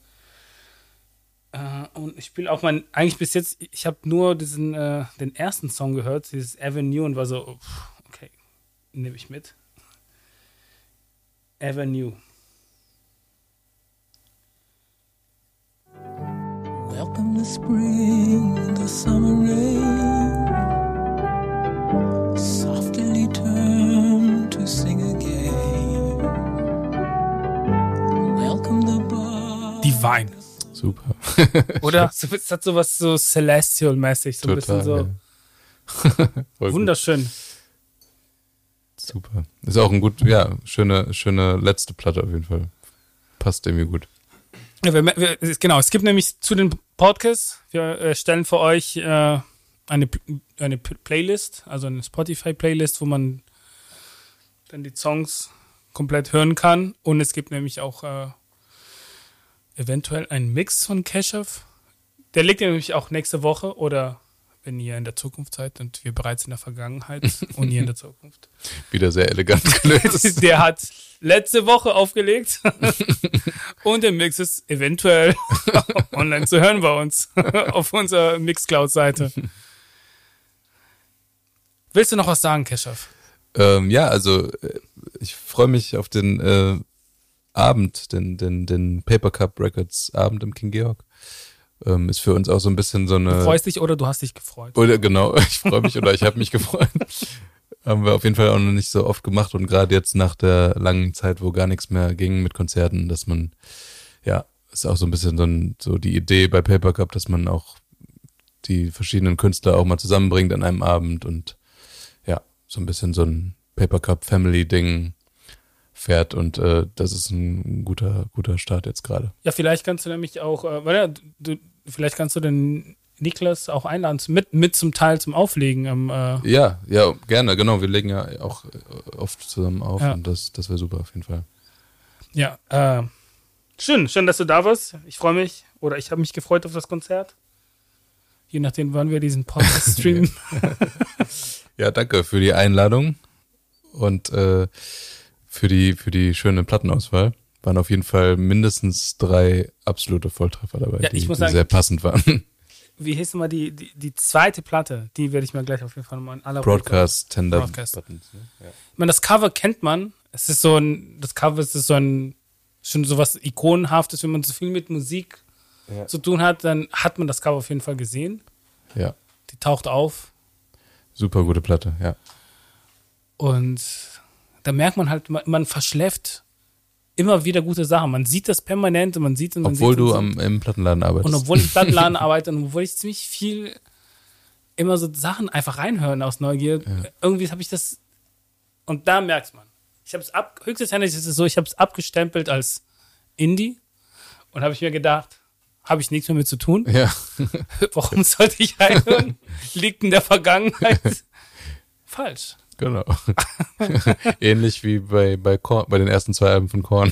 Und ich spiele auch eigentlich bis jetzt, ich habe nur den ersten Song gehört, dieses Avenue, und war so, okay, nehme ich mit. Avenue. Welcome the spring, the summer rain. Softly turn to sing again. Welcome the bud. Divine. Super. Oder? Es hat sowas so Celestial-mäßig, so ein bisschen so. Ja. Wunderschön. Super. Ist auch schöne letzte Platte auf jeden Fall. Passt irgendwie gut. Ja, genau, es gibt nämlich zu den Podcasts, wir stellen für euch eine Playlist, also eine Spotify-Playlist, wo man dann die Songs komplett hören kann. Und es gibt nämlich auch eventuell einen Mix von Keshav. Der liegt ja nämlich auch nächste Woche, oder wenn ihr in der Zukunft seid und wir bereits in der Vergangenheit und ihr in der Zukunft. Wieder sehr elegant gelöst. Der hat letzte Woche aufgelegt und der Mix ist eventuell online zu hören bei uns auf unserer Mixcloud-Seite. Willst du noch was sagen, Keshav? Ja, also ich freue mich auf den Abend, den Paper Cup Records Abend im King Georg. Ist für uns auch so ein bisschen so eine... Du freust dich oder du hast dich gefreut? Oder genau, ich freue mich oder ich habe mich gefreut. Haben wir auf jeden Fall auch noch nicht so oft gemacht und gerade jetzt nach der langen Zeit, wo gar nichts mehr ging mit Konzerten, dass man, ja, ist auch so ein bisschen so die Idee bei Paper Cup, dass man auch die verschiedenen Künstler auch mal zusammenbringt an einem Abend und ja, so ein bisschen so ein Paper Cup Family Ding fährt und das ist ein guter Start jetzt gerade. Ja, vielleicht kannst du nämlich auch, vielleicht kannst du den Niklas auch einladen, mit zum Teil zum Auflegen. Ja, gerne, genau. Wir legen ja auch oft zusammen auf und das wäre super auf jeden Fall. Ja, schön, dass du da warst. Ich freue mich oder ich habe mich gefreut auf das Konzert. Je nachdem, wann wir diesen Podcast streamen. Ja, danke für die Einladung und für die schöne Plattenauswahl. Waren auf jeden Fall mindestens 3 absolute Volltreffer dabei, Ja, die sagen, sehr passend waren. Wie hieß nochmal die zweite Platte? Die werde ich mir gleich auf jeden Fall nochmal in aller Broadcast Tender Broadcast. Buttons. Ne? Ja. Ich meine, das Cover kennt man. Es ist das Cover ist schon so was Ikonenhaftes. Wenn man so viel mit Musik zu tun hat, dann hat man das Cover auf jeden Fall gesehen. Ja. Die taucht auf. Super gute Platte, ja. Und da merkt man halt, man verschläft immer wieder gute Sachen. Man sieht das permanent und man sieht es. Obwohl du im Plattenladen arbeitest. Und obwohl ich im Plattenladen arbeite und obwohl ich ziemlich viel immer so Sachen einfach reinhören aus Neugier, irgendwie habe ich das, und da merkt man. Ich habe es höchstwahrscheinlich ist es so, ich habe es abgestempelt als Indie und habe ich mir gedacht, habe ich nichts mehr mit zu tun. Ja. Warum sollte ich reinhören? Liegt in der Vergangenheit. Falsch. Genau. Ähnlich wie bei den ersten 2 Alben von Korn.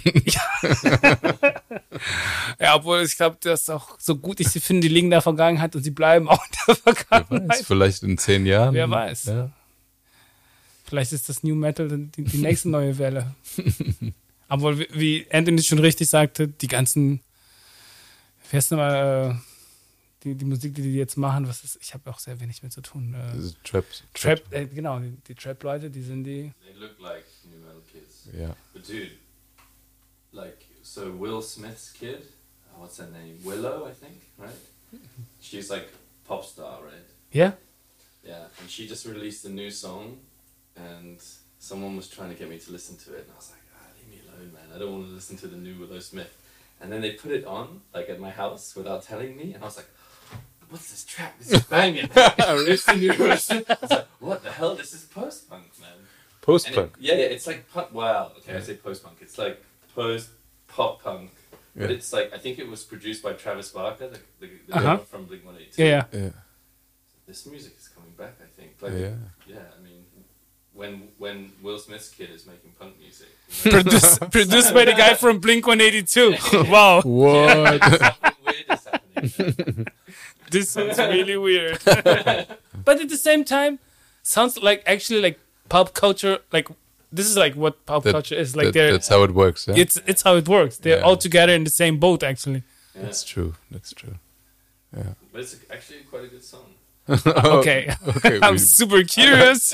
Ja, obwohl ich glaube, das ist auch so gut ich sie finde, die liegen in der Vergangenheit und sie bleiben auch in der Vergangenheit. Wer weiß, vielleicht in 10 Jahren. Wer weiß. Ja. Vielleicht ist das New Metal die nächste neue Welle. Aber wie Anthony schon richtig sagte, die ganzen, wie heißt nochmal, die Musik, die jetzt machen, ich habe auch sehr wenig mit zu tun. Trap, genau, die Trap-Leute, die sind die. They look like new metal kids. Ja. But dude, like, so Will Smith's kid, what's her name? Willow, I think, right? She's like pop star, right? Yeah? Yeah, and she just released a new song, and someone was trying to get me to listen to it, and I was like, leave me alone, man. I don't want to listen to the new Willow Smith. And then they put it on, like at my house, without telling me, and I was like, what's this track? This is banging. It's the new Willow Smith. I was like, what the hell? This is post-punk, man. Post-Punk? Yeah, it's like punk. Wow, okay, I say post-punk. It's like post-pop-punk. But it's like, I think it was produced by Travis Barker, the guy from Blink-182. Yeah. This music is coming back, I think. Like, yeah, I mean, when Will Smith's kid is making punk music. Produced by the guy from Blink-182. Wow. What? Something weird is happening. This is really weird. But at the same time, sounds like actually like pop culture, like this is like what pop culture is. Like that's how it works, yeah? It's how it works. They're all together in the same boat, actually. Yeah. That's true. Yeah. But it's actually quite a good song. Okay. I'm super curious.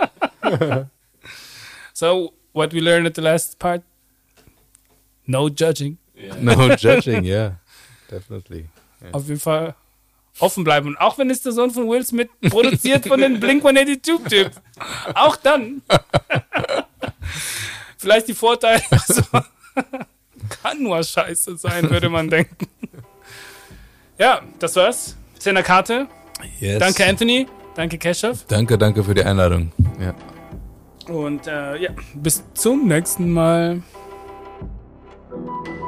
So, what we learned at the last part? No judging. Yeah. No judging, yeah. Definitely. Yeah. Auf jeden Fall offen bleiben. Und auch wenn es der Sohn von Will Smith produziert von den Blink-182-Typ. Auch dann. Vielleicht die Vorteile. Also, kann nur scheiße sein, würde man denken. Ja, das war's. 10er Karte. Yes. Danke, Anthony. Danke, Keshav. Danke für die Einladung. Ja. Und bis zum nächsten Mal.